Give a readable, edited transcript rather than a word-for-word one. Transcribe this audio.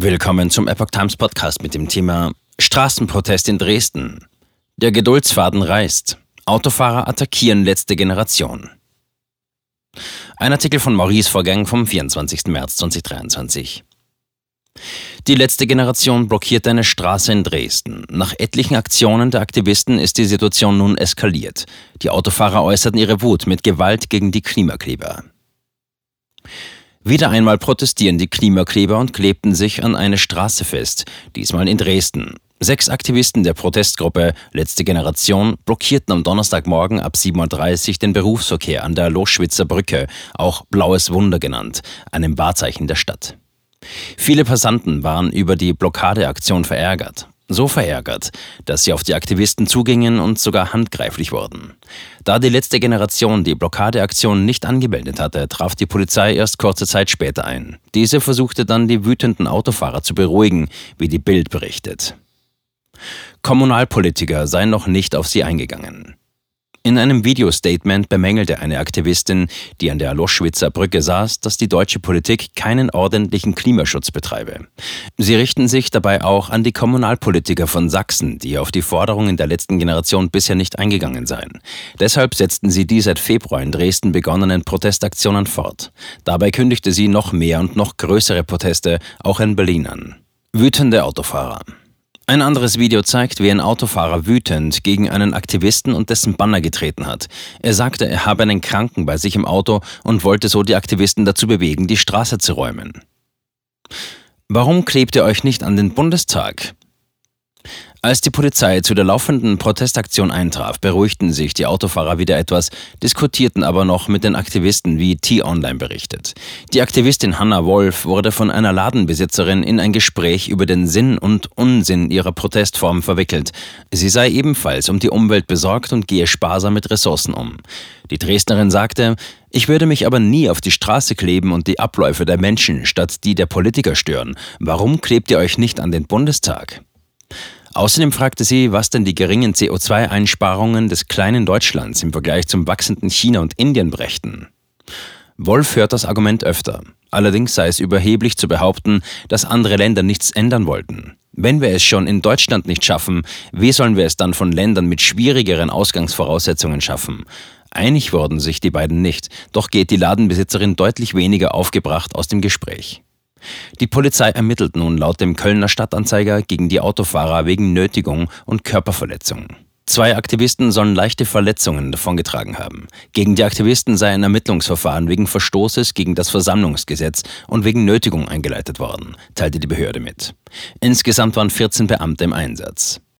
Willkommen zum Epoch Times Podcast mit dem Thema Straßenprotest in Dresden. Der Geduldsfaden reißt. Autofahrer attackieren letzte Generation. Ein Artikel von Maurice Vorgang vom 24. März 2023. Die letzte Generation blockiert eine Straße in Dresden. Nach etlichen Aktionen der Aktivisten ist die Situation nun eskaliert. Die Autofahrer äußerten ihre Wut mit Gewalt gegen die Klimakleber. Wieder einmal protestieren die Klimakleber und klebten sich an eine Straße fest, diesmal in Dresden. 6 Aktivisten der Protestgruppe Letzte Generation blockierten am Donnerstagmorgen ab 7:30 Uhr den Berufsverkehr an der Loschwitzer Brücke, auch Blaues Wunder genannt, einem Wahrzeichen der Stadt. Viele Passanten waren über die Blockadeaktion verärgert. So verärgert, dass sie auf die Aktivisten zugingen und sogar handgreiflich wurden. Da die Letzte Generation die Blockadeaktion nicht angemeldet hatte, traf die Polizei erst kurze Zeit später ein. Diese versuchte dann, die wütenden Autofahrer zu beruhigen, wie die Bild berichtet. Kommunalpolitiker seien noch nicht auf sie eingegangen. In einem Videostatement bemängelte eine Aktivistin, die an der Loschwitzer Brücke saß, dass die deutsche Politik keinen ordentlichen Klimaschutz betreibe. Sie richten sich dabei auch an die Kommunalpolitiker von Sachsen, die auf die Forderungen der letzten Generation bisher nicht eingegangen seien. Deshalb setzten sie die seit Februar in Dresden begonnenen Protestaktionen fort. Dabei kündigte sie noch mehr und noch größere Proteste auch in Berlin an. Wütende Autofahrer. Ein anderes Video zeigt, wie ein Autofahrer wütend gegen einen Aktivisten und dessen Banner getreten hat. Er sagte, er habe einen Kranken bei sich im Auto und wollte so die Aktivisten dazu bewegen, die Straße zu räumen. Warum klebt ihr euch nicht an den Bundestag? Als die Polizei zu der laufenden Protestaktion eintraf, beruhigten sich die Autofahrer wieder etwas, diskutierten aber noch mit den Aktivisten, wie T-Online berichtet. Die Aktivistin Hanna Wolf wurde von einer Ladenbesitzerin in ein Gespräch über den Sinn und Unsinn ihrer Protestform verwickelt. Sie sei ebenfalls um die Umwelt besorgt und gehe sparsam mit Ressourcen um. Die Dresdnerin sagte, ich würde mich aber nie auf die Straße kleben und die Abläufe der Menschen statt die der Politiker stören. Warum klebt ihr euch nicht an den Bundestag? Außerdem fragte sie, was denn die geringen CO2-Einsparungen des kleinen Deutschlands im Vergleich zum wachsenden China und Indien brächten. Wolf hört das Argument öfter. Allerdings sei es überheblich zu behaupten, dass andere Länder nichts ändern wollten. Wenn wir es schon in Deutschland nicht schaffen, wie sollen wir es dann von Ländern mit schwierigeren Ausgangsvoraussetzungen schaffen? Einig wurden sich die beiden nicht, doch geht die Ladenbesitzerin deutlich weniger aufgebracht aus dem Gespräch. Die Polizei ermittelt nun laut dem Kölner Stadtanzeiger gegen die Autofahrer wegen Nötigung und Körperverletzung. 2 Aktivisten sollen leichte Verletzungen davongetragen haben. Gegen die Aktivisten sei ein Ermittlungsverfahren wegen Verstoßes gegen das Versammlungsgesetz und wegen Nötigung eingeleitet worden, teilte die Behörde mit. Insgesamt waren 14 Beamte im Einsatz.